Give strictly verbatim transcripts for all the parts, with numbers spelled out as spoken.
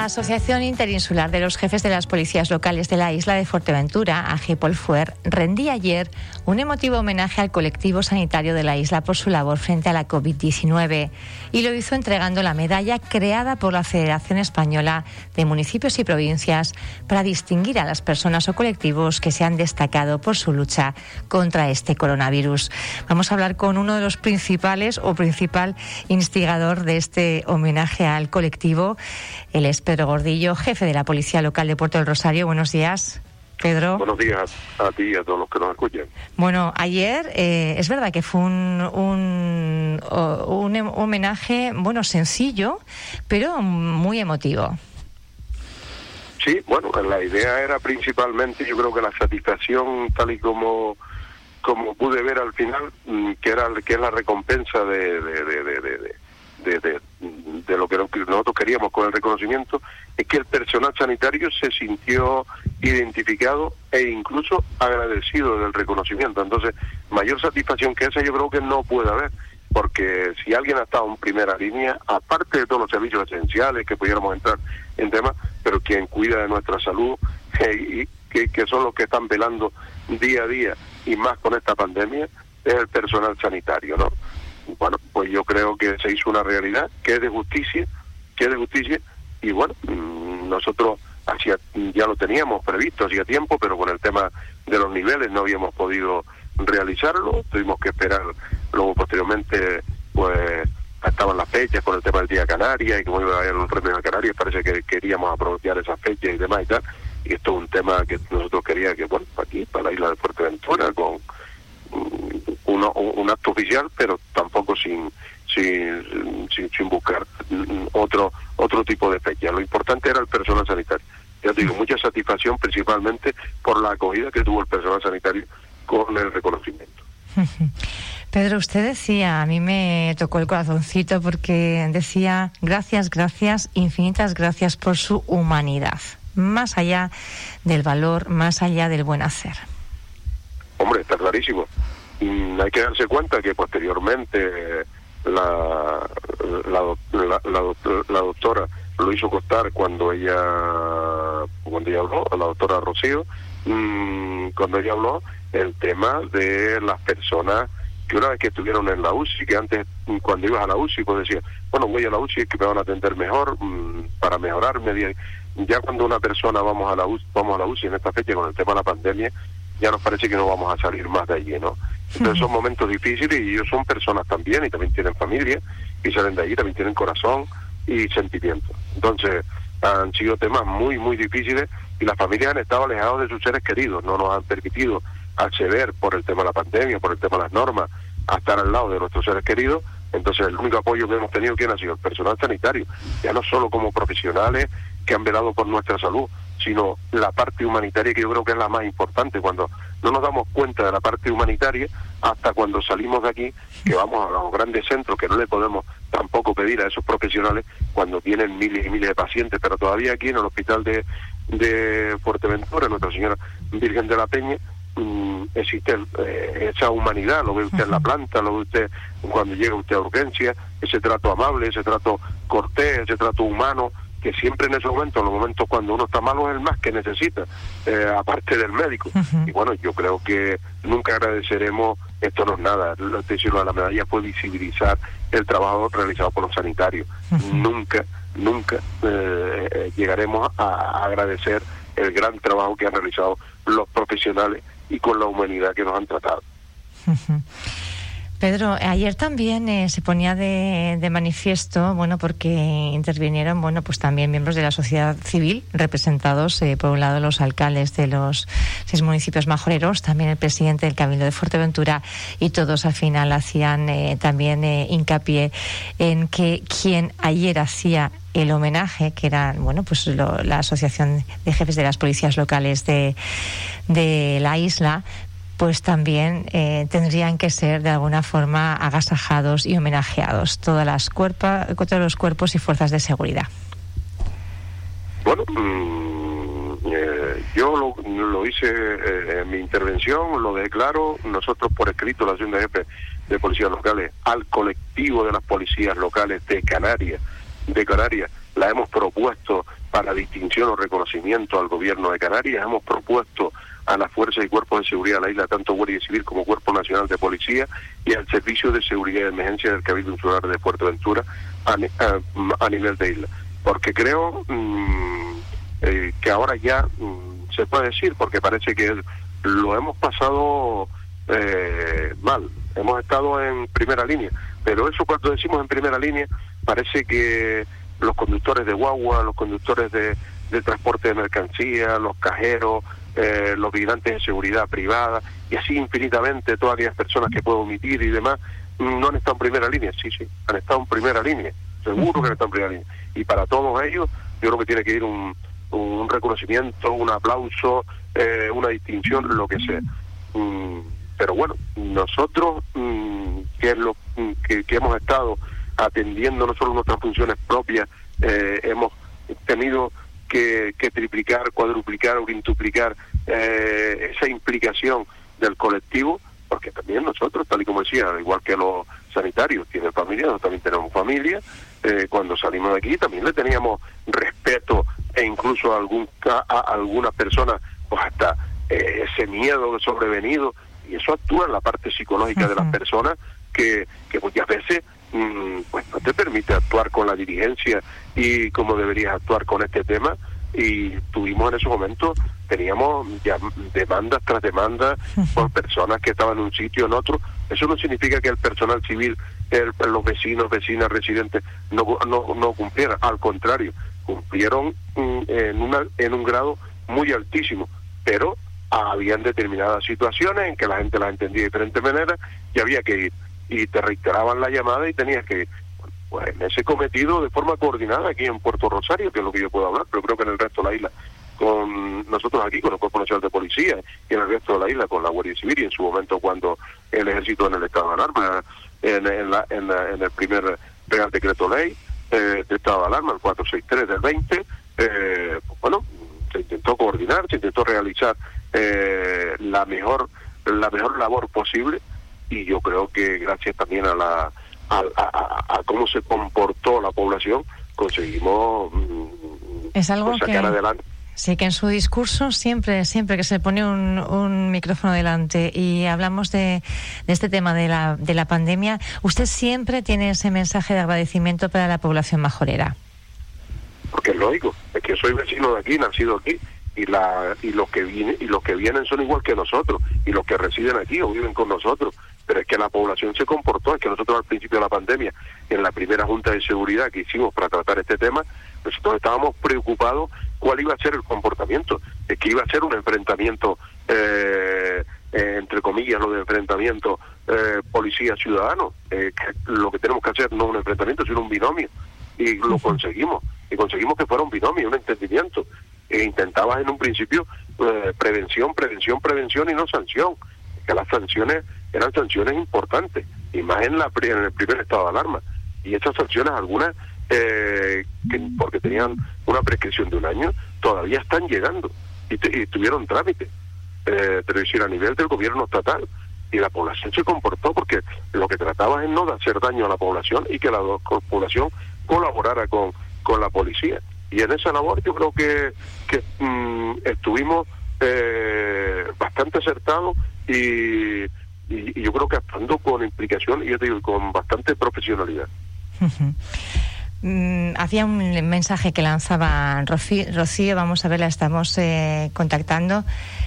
Asociación Interinsular de los Jefes de las Policías Locales de la isla de Fuerteventura, AGIPOLFUER, rendía ayer un emotivo homenaje al colectivo sanitario de la isla por su labor frente a la covid diecinueve y lo hizo entregando la medalla creada por la Federación Española de Municipios y Provincias para distinguir a las personas o colectivos que se han destacado por su lucha contra este coronavirus. Vamos a hablar con uno de los principales o principal instigador de este homenaje al colectivo. Él es Pedro Gordillo, jefe de la Policía Local de Puerto del Rosario. Buenos días, Pedro. Buenos días a ti y a todos los que nos escuchan. Bueno, ayer eh, es verdad que fue un, un, un homenaje, bueno, sencillo, pero muy emotivo. Sí, bueno, la idea era principalmente, yo creo que la satisfacción, tal y como como pude ver al final, que era que es la recompensa de de de de, de, de, de, de lo que nosotros queríamos con el reconocimiento, es que el personal sanitario se sintió identificado e incluso agradecido del reconocimiento. Entonces, mayor satisfacción que esa yo creo que no puede haber, porque si alguien ha estado en primera línea, aparte de todos los servicios esenciales que pudiéramos entrar en temas, pero quien cuida de nuestra salud eh, y que, que son los que están velando día a día y más con esta pandemia, es el personal sanitario, ¿no? Bueno, pues yo creo que se hizo una realidad que es de justicia, que es de justicia, y bueno, nosotros hacía, ya lo teníamos previsto hacía tiempo, pero con el tema de los niveles no habíamos podido realizarlo, tuvimos que esperar, luego posteriormente pues estaban las fechas con el tema del Día Canaria, y como iba a haber un premio de Canarias, parece que queríamos aprovechar esas fechas y demás y tal, y esto es un tema que nosotros queríamos que, bueno, aquí, para la isla de Fuerteventura, con uno, un acto oficial, pero tampoco sin sin, sin sin buscar otro otro tipo de fecha. Lo importante era el personal sanitario. Ya te digo, mucha satisfacción principalmente por la acogida que tuvo el personal sanitario con el reconocimiento. Pedro, usted decía, a mí me tocó el corazoncito porque decía, gracias, gracias, infinitas gracias por su humanidad, más allá del valor, más allá del buen hacer. Hombre, está clarísimo. Mm, hay que darse cuenta que posteriormente la la, la, la, la doctora lo hizo constar cuando ella cuando ella habló, la doctora Rocío, mmm, cuando ella habló el tema de las personas que una vez que estuvieron en la U C I, que antes cuando ibas a la U C I pues decías, bueno, voy a la U C I, es que me van a atender mejor, mmm, para mejorarme. Ya cuando una persona vamos a la U C I, vamos a la U C I en esta fecha con el tema de la pandemia, ya nos parece que no vamos a salir más de allí, ¿no? Entonces son momentos difíciles y ellos son personas también y también tienen familia y salen de allí, también tienen corazón y sentimientos. Entonces han sido temas muy, muy difíciles y las familias han estado alejadas de sus seres queridos, no nos han permitido acceder por el tema de la pandemia, por el tema de las normas, a estar al lado de nuestros seres queridos. Entonces el único apoyo que hemos tenido, ¿quién ha sido? El personal sanitario, ya no solo como profesionales que han velado por nuestra salud, sino la parte humanitaria, que yo creo que es la más importante. Cuando no nos damos cuenta de la parte humanitaria hasta cuando salimos de aquí, que vamos a los grandes centros, que no le podemos tampoco pedir a esos profesionales cuando tienen miles y miles de pacientes, pero todavía aquí en el hospital de, de Fuerteventura, Nuestra Señora Virgen de la Peña, mmm, existe eh, esa humanidad, lo ve usted en la planta, lo ve usted cuando llega usted a urgencia, ese trato amable, ese trato cortés, ese trato humano, que siempre en esos momentos, en los momentos cuando uno está malo, es el más que necesita, eh, aparte del médico. Uh-huh. Y bueno, yo creo que nunca agradeceremos, esto no es nada, decirlo, a la medalla fue visibilizar el trabajo realizado por los sanitarios. Uh-huh. Nunca, nunca eh, llegaremos a, a agradecer el gran trabajo que han realizado los profesionales y con la humanidad que nos han tratado. Uh-huh. Pedro, ayer también eh, se ponía de, de manifiesto, bueno, porque intervinieron, bueno, pues también miembros de la sociedad civil, representados, eh, por un lado, los alcaldes de los seis municipios majoreros, también el presidente del Cabildo de Fuerteventura, y todos al final hacían eh, también eh, hincapié en que quien ayer hacía el homenaje, que era, bueno, pues lo, la Asociación de Jefes de las Policías Locales de, de la isla, pues también eh, tendrían que ser de alguna forma agasajados y homenajeados todas las cuerpa, todos los cuerpos y fuerzas de seguridad. Bueno, mmm, eh, yo lo, lo hice eh, en mi intervención, lo declaro. Nosotros por escrito, la Asociación de Jefes de Policías Locales, al colectivo de las policías locales de Canarias, de Canarias, la hemos propuesto para distinción o reconocimiento al gobierno de Canarias. Hemos propuesto a las fuerzas y cuerpos de seguridad de la isla, tanto Guardia Civil como Cuerpo Nacional de Policía, y al Servicio de Seguridad y Emergencia del Cabildo Insular de Fuerteventura a, a, a nivel de isla. Porque creo mmm, eh, que ahora ya mmm, se puede decir, porque parece que lo hemos pasado eh, mal, hemos estado en primera línea, pero eso cuando decimos en primera línea, parece que los conductores de guagua, los conductores de, de transporte de mercancía, los cajeros, eh, los vigilantes de seguridad privada, y así infinitamente todas aquellas personas que puedo omitir y demás, no han estado en primera línea. Sí, sí, han estado en primera línea, seguro que han estado en primera línea. Y para todos ellos, yo creo que tiene que ir un, un reconocimiento, un aplauso, eh, una distinción, lo que sea. Mm, pero bueno, nosotros, mm, que es lo que, que hemos estado atendiendo no solo nuestras funciones propias, eh, hemos tenido que, que triplicar, cuadruplicar o quintuplicar eh, esa implicación del colectivo, porque también nosotros, tal y como decía, igual que los sanitarios tienen familia, nosotros también tenemos familia. Eh, cuando salimos de aquí también le teníamos respeto e incluso a, algún, a, a algunas personas pues hasta eh, ese miedo sobrevenido, y eso actúa en la parte psicológica uh-huh. de las personas que, que muchas veces mmm, pues no te permite actuar con la diligencia y como deberías actuar con este tema. Y tuvimos en ese momento, teníamos ya demandas tras demandas por personas que estaban en un sitio o en otro. Eso no significa que el personal civil, el, los vecinos, vecinas, residentes no, no, no cumplieran. Al contrario, cumplieron mm, en, una, en un grado muy altísimo, pero habían determinadas situaciones en que la gente las entendía de diferentes maneras y había que ir. Y te reiteraban la llamada y tenías que ir. Pues en ese cometido de forma coordinada aquí en Puerto Rosario, que es lo que yo puedo hablar, pero creo que en el resto de la isla, con nosotros aquí, con el Cuerpo Nacional de Policía, y en el resto de la isla con la Guardia Civil, y en su momento cuando el Ejército en el estado de alarma, en, en, la, en, la, en el primer Real Decreto Ley eh, de estado de alarma, el cuatrocientos sesenta y tres del veinte, eh, pues bueno, se intentó coordinar, se intentó realizar eh, la mejor la mejor labor posible, y yo creo que gracias también a la A, a, a cómo se comportó la población, conseguimos es algo pues, sacar que, adelante. Sí, que en su discurso siempre siempre que se pone un, un micrófono delante y hablamos de, de este tema de la, de la pandemia, usted siempre tiene ese mensaje de agradecimiento para la población majorera. Porque es lógico, es que soy vecino de aquí, nacido aquí, y la y los que vienen y los que vienen son igual que nosotros, y los que residen aquí o viven con nosotros. Pero es que la población se comportó, es que nosotros al principio de la pandemia, en la primera Junta de Seguridad que hicimos para tratar este tema, nosotros estábamos preocupados cuál iba a ser el comportamiento, es que iba a ser un enfrentamiento, eh, eh, entre comillas, lo de enfrentamiento eh, policía-ciudadano, eh, que lo que tenemos que hacer no un enfrentamiento, sino un binomio, y lo conseguimos, y conseguimos que fuera un binomio, un entendimiento, e intentabas en un principio eh, prevención, prevención, prevención y no sanción, que las sanciones eran sanciones importantes, y más en, la, en el primer estado de alarma. Y esas sanciones, algunas, eh, que, porque tenían una prescripción de un año, todavía están llegando, y, te, y tuvieron trámite. Eh, pero es decir, a nivel del gobierno estatal, y la población se comportó, porque lo que trataba es no de hacer daño a la población, y que la población colaborara con, con la policía. Y en esa labor yo creo que, que mmm, estuvimos eh, bastante acertados, y Y, y yo creo que actuando con implicación y yo te digo, con bastante profesionalidad. Uh-huh. Mm, hacía un mensaje que lanzaba Rocío, Rocío vamos a ver, la estamos eh, contactando.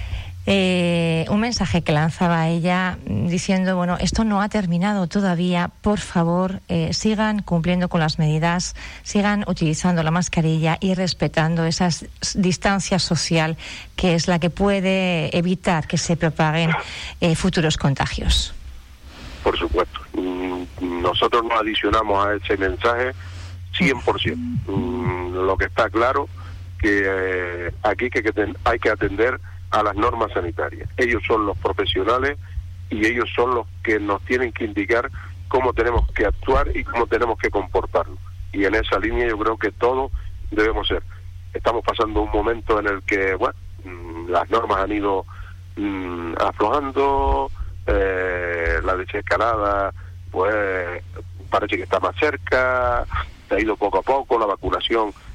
Eh, un mensaje que lanzaba ella diciendo, bueno, esto no ha terminado todavía, por favor, eh, sigan cumpliendo con las medidas, sigan utilizando la mascarilla y respetando esa distancia social que es la que puede evitar que se propaguen eh, futuros contagios. Por supuesto, nosotros nos adicionamos a ese mensaje cien por ciento. Mm, lo que está claro que eh, aquí que, que ten, hay que atender a las normas sanitarias. Ellos son los profesionales y ellos son los que nos tienen que indicar cómo tenemos que actuar y cómo tenemos que comportarnos. Y en esa línea yo creo que todos debemos ser. Estamos pasando un momento en el que, bueno, las normas han ido mmm, aflojando, eh, la desescalada, pues parece que está más cerca, se ha ido poco a poco, la vacunación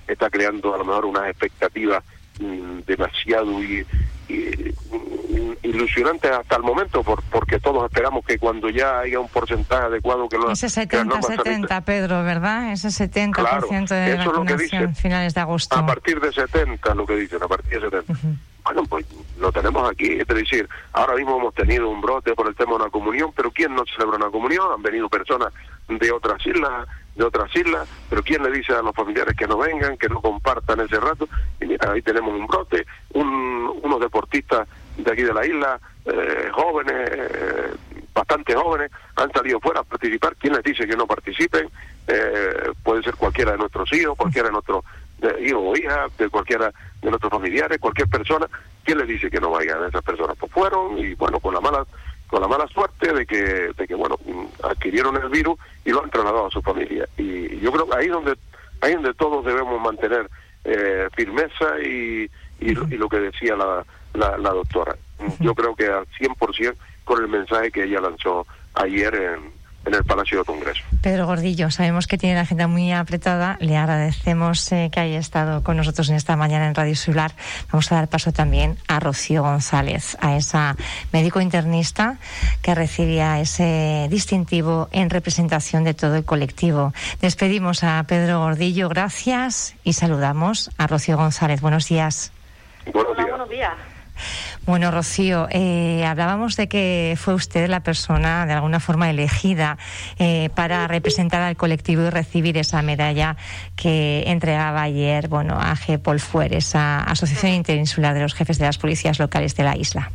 está creando a lo mejor unas expectativas mmm, demasiado y, y, ilusionantes hasta el momento, por, porque todos esperamos que cuando ya haya un porcentaje adecuado que lo ese setenta setenta, Pedro, ¿verdad? Ese setenta por ciento claro, de eso vacunación, es lo que dicen, finales de agosto. A partir de setenta, lo que dicen, a partir de setenta. Uh-huh. Bueno, pues lo tenemos aquí, es decir, ahora mismo hemos tenido un brote por el tema de una comunión, pero ¿quién no celebra una comunión? Han venido personas de otras islas, de otras islas, pero ¿quién le dice a los familiares que no vengan, que no compartan ese rato? Y mira, ahí tenemos un brote, un, unos deportistas de aquí de la isla, eh, jóvenes, eh, bastante jóvenes, han salido fuera a participar. ¿Quién les dice que no participen? Eh, puede ser cualquiera de nuestros hijos, cualquiera de nuestros de hijos o hijas, de cualquiera de nuestros familiares, cualquier persona. ¿Quién les dice que no vayan? Esas personas pues fueron, y bueno, con la mala con la mala suerte de que de que bueno, adquirieron el virus y lo han trasladado a su familia. Y yo creo que ahí donde ahí donde todos debemos mantener eh, firmeza y, y, y lo que decía la, la, la doctora. Yo creo que al cien por ciento con el mensaje que ella lanzó ayer en en el Palacio de Congreso. Pedro Gordillo, sabemos que tiene la agenda muy apretada. Le agradecemos eh, que haya estado con nosotros en esta mañana en Radio Solar. Vamos a dar paso también a Rocío González, a esa médico internista que recibía ese distintivo en representación de todo el colectivo. Despedimos a Pedro Gordillo, gracias, y saludamos a Rocío González. Buenos días. Buenos días. Hola, buenos días. Bueno, Rocío, eh, hablábamos de que fue usted la persona de alguna forma elegida eh, para representar al colectivo y recibir esa medalla que entregaba ayer, bueno, a GEPOLFUER, esa Asociación Interinsular de los Jefes de las Policías Locales de la isla.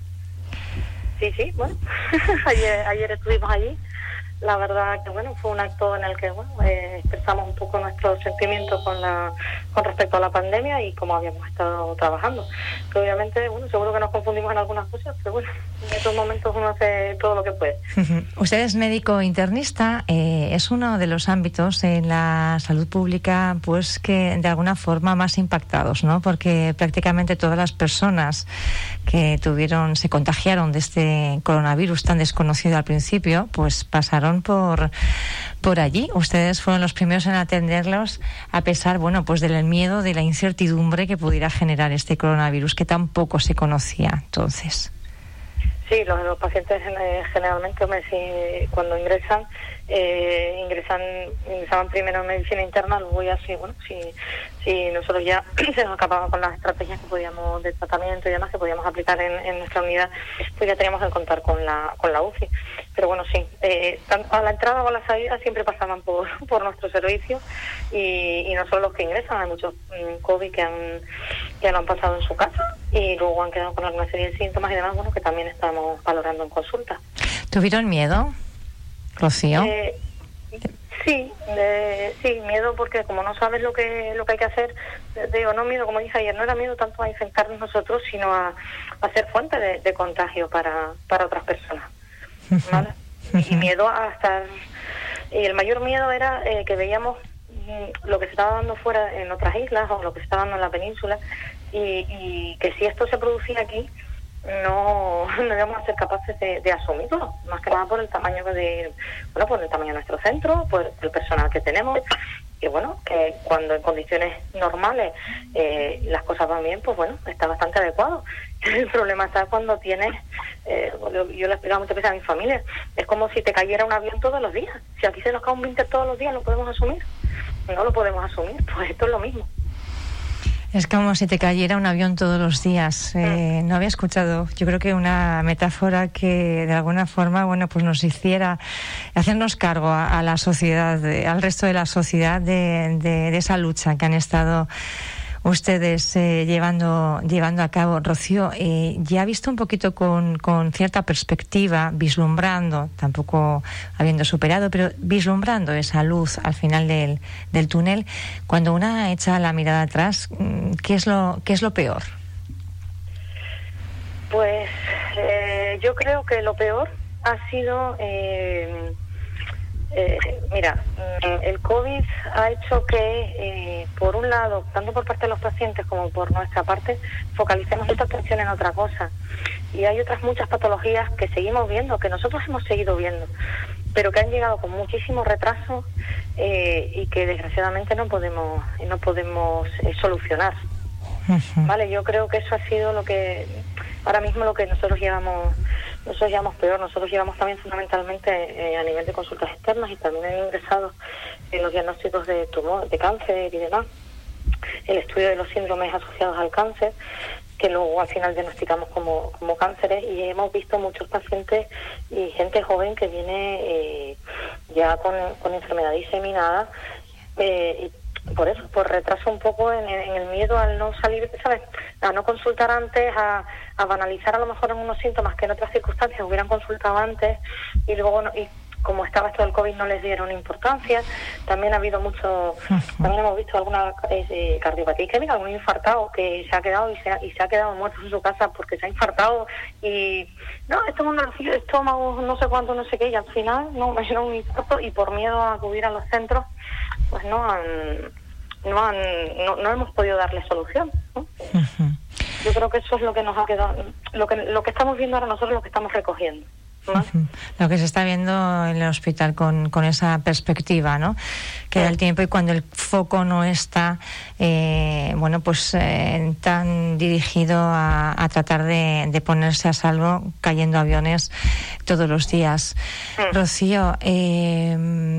Sí, sí, bueno, ayer, ayer estuvimos allí. La verdad que bueno, fue un acto en el que bueno, eh, expresamos un poco nuestros sentimientos con la con respecto a la pandemia y cómo habíamos estado trabajando. Que obviamente, bueno, seguro que nos confundimos en algunas cosas, pero bueno, en estos momentos uno hace todo lo que puede. Usted es médico internista, eh, es uno de los ámbitos en la salud pública pues que de alguna forma más impactados, ¿no? Porque prácticamente todas las personas que tuvieron, se contagiaron de este coronavirus tan desconocido al principio, pues pasaron por por allí. Ustedes fueron los primeros en atenderlos a pesar, bueno, pues del miedo, de la incertidumbre que pudiera generar este coronavirus que tampoco se conocía entonces. Sí, los, los pacientes eh, generalmente, hombre, si, cuando ingresan, eh, ingresan ingresaban primero en medicina interna, luego ya sí, bueno, si, si nosotros ya se nos acababa con las estrategias que podíamos de tratamiento y demás que podíamos aplicar en, en nuestra unidad, pues ya teníamos que contar con la con la U C I. Pero bueno, sí, eh, tanto a la entrada o a la salida siempre pasaban por por nuestro servicio y, y no solo los que ingresan, hay muchos um, COVID que han ya lo han pasado en su casa y luego han quedado con alguna serie de síntomas y demás, bueno, que también estamos valorando en consulta. ¿Tuvieron miedo, Rocío? Eh, sí, eh, sí, miedo porque como no sabes lo que lo que hay que hacer, digo, no miedo, como dije ayer, no era miedo tanto a infectarnos nosotros, sino a, a ser fuente de, de contagio para, para otras personas, ¿vale? Y miedo a estar... Y el mayor miedo era eh, que veíamos mm, lo que se estaba dando fuera en otras islas o lo que se estaba dando en la península y, y que si esto se producía aquí, no, no íbamos a ser capaces de, de asumirlo, más que nada por el tamaño de, bueno, por el tamaño de nuestro centro, por el personal que tenemos, y bueno, que cuando en condiciones normales eh, las cosas van bien, pues bueno, está bastante adecuado. El problema está cuando tienes, eh, yo, yo le he explicado muchas veces a mi familia, es como si te cayera un avión todos los días. Si aquí se nos cae un Vinter todos los días, ¿lo podemos asumir? No lo podemos asumir, pues esto es lo mismo. Es como si te cayera un avión todos los días. Eh, no había escuchado, yo creo que una metáfora que de alguna forma, bueno, pues nos hiciera hacernos cargo a, a la sociedad, de, al resto de la sociedad de, de, de esa lucha que han estado ustedes eh, llevando llevando a cabo. Rocío, eh, ya ha visto un poquito con, con cierta perspectiva, vislumbrando, tampoco habiendo superado, pero vislumbrando esa luz al final del, del túnel, cuando una echa la mirada atrás, ¿qué es lo, qué es lo peor? Pues eh, yo creo que lo peor ha sido... Eh, Eh, mira, el COVID ha hecho que, eh, por un lado, tanto por parte de los pacientes como por nuestra parte, focalicemos nuestra atención en otra cosa. Y hay otras muchas patologías que seguimos viendo, que nosotros hemos seguido viendo. pero que han llegado con muchísimo retraso eh, y que desgraciadamente no podemos no podemos eh, solucionar. Uh-huh. Vale, yo creo que eso ha sido lo que ahora mismo lo que nosotros llevamos nosotros llevamos peor. Nosotros llevamos también fundamentalmente eh, a nivel de consultas externas y también han ingresado en los diagnósticos de tumor, de cáncer y demás, el estudio de los síndromes asociados al cáncer, que luego al final diagnosticamos como, como cánceres, y hemos visto muchos pacientes y gente joven que viene eh, ya con, con enfermedad diseminada, eh, y por eso, por retraso un poco en, en el miedo al no salir, ¿sabes?, a no consultar antes, a, a banalizar a lo mejor en unos síntomas que en otras circunstancias hubieran consultado antes, y luego no, y como estaba esto del COVID no les dieron importancia. También ha habido mucho, también hemos visto alguna eh, cardiopatía isquémica, algún infartado que se ha quedado y se ha, y se ha quedado muerto en su casa porque se ha infartado, y no, esto es un dolorcillo de estómago, no sé cuánto, no sé qué, y al final no me dieron un infarto, y por miedo a acudir a los centros pues no han no han no, no hemos podido darle solución, ¿no? Uh-huh. Yo creo que eso es lo que nos ha quedado, lo que lo que estamos viendo ahora nosotros, lo que estamos recogiendo, ¿no? Uh-huh. Lo que se está viendo en el hospital con, con esa perspectiva, ¿no? Que da el tiempo, y cuando el foco no está eh, bueno pues eh, tan dirigido a, a tratar de, de ponerse a salvo cayendo aviones todos los días. Sí. Rocío, eh,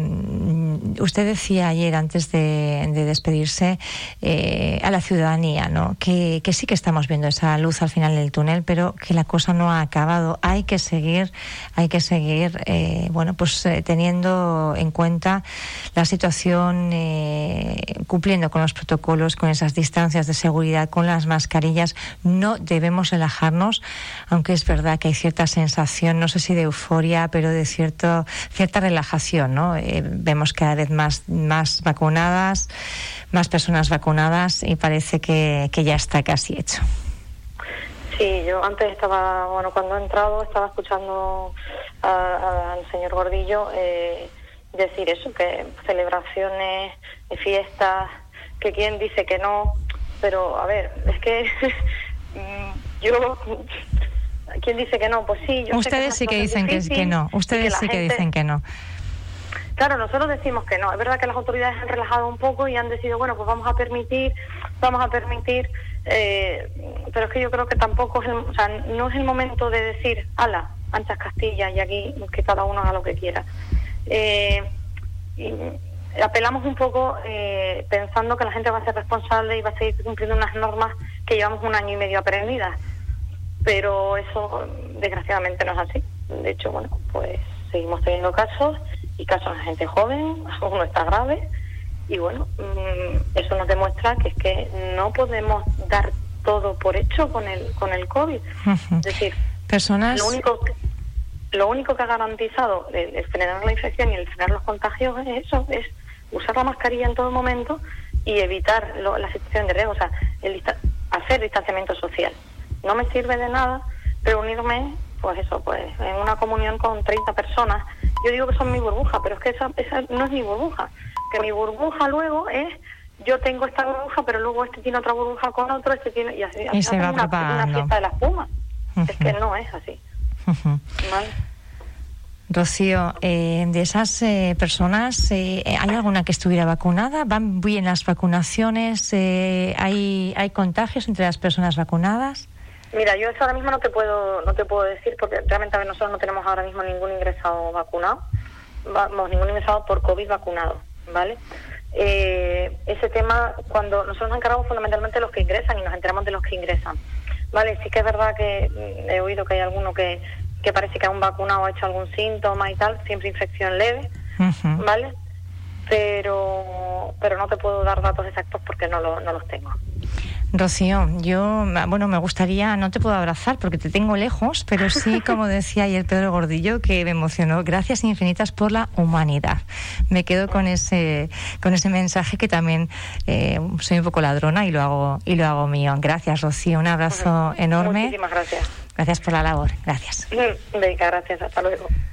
usted decía ayer antes de, de despedirse eh, a la ciudadanía, ¿no?, que, que sí que estamos viendo esa luz al final del túnel, pero que la cosa no ha acabado. Hay que seguir hay que seguir eh, bueno pues eh, teniendo en cuenta la situación, eh, cumpliendo con los protocolos, con esas distancias de seguridad, con las mascarillas. No debemos relajarnos, aunque es verdad que hay cierta sensación, no sé si de euforia, pero de cierto cierta relajación, ¿no? Eh, vemos cada vez más más vacunadas, más personas vacunadas, y parece que, que ya está casi hecho. Sí, yo antes estaba, bueno, cuando he entrado estaba escuchando a, a, al señor Gordillo eh, decir eso, que celebraciones, fiestas, que quien dice que no, pero a ver, es que yo, ¿quién dice que no? Pues sí, yo ustedes sé que sí que dicen que, que no, ustedes que sí que gente... dicen que no. Claro, nosotros decimos que no. Es verdad que las autoridades han relajado un poco y han decidido, bueno, pues vamos a permitir, vamos a permitir, eh, pero es que yo creo que tampoco es el, o sea, no es el momento de decir, ala, anchas Castillas y aquí que cada uno haga lo que quiera. Eh, y apelamos un poco eh, pensando que la gente va a ser responsable y va a seguir cumpliendo unas normas que llevamos un año y medio aprendidas, pero eso desgraciadamente no es así. De hecho, bueno, pues seguimos teniendo casos, y casos de gente joven, uno está grave, y bueno, eso nos demuestra que es que no podemos dar todo por hecho con el con el COVID. Uh-huh. Es decir, personas... lo único que, lo único que ha garantizado el, el frenar la infección y el frenar los contagios es eso, es usar la mascarilla en todo momento y evitar lo, la situación de riesgo, o sea, el dista- hacer distanciamiento social. No me sirve de nada reunirme, pues eso, pues en una comunión con treinta personas. Yo digo que son mi burbuja, pero es que esa, esa no es mi burbuja. Que mi burbuja luego es, yo tengo esta burbuja, pero luego este tiene otra burbuja con otro, este tiene, y así, y así se va una, una fiesta de la espuma. Uh-huh. Es que no es así. Uh-huh. ¿Vale? Rocío, eh, de esas eh, personas, eh, ¿hay alguna que estuviera vacunada? ¿Van bien las vacunaciones? Eh, ¿hay, ¿Hay contagios entre las personas vacunadas? Mira, yo eso ahora mismo no te puedo no te puedo decir, porque realmente a ver, nosotros no tenemos ahora mismo ningún ingresado vacunado, vamos, ningún ingresado por COVID vacunado, ¿vale? Eh, ese tema, cuando nosotros nos encargamos fundamentalmente de los que ingresan y nos enteramos de los que ingresan, ¿vale? Sí que es verdad que he oído que hay alguno que, que parece que aún vacunado ha hecho algún síntoma y tal, siempre infección leve, uh-huh. ¿vale? Pero pero no te puedo dar datos exactos porque no, lo, no los tengo. Rocío, yo, bueno, me gustaría, no te puedo abrazar porque te tengo lejos, pero sí, como decía ayer Pedro Gordillo, que me emocionó. Gracias infinitas por la humanidad. Me quedo con ese, con ese mensaje, que también eh, soy un poco ladrona y lo hago y lo hago mío. Gracias, Rocío, un abrazo enorme. Muchísimas gracias. Gracias por la labor. Gracias. Venga, gracias. Hasta luego.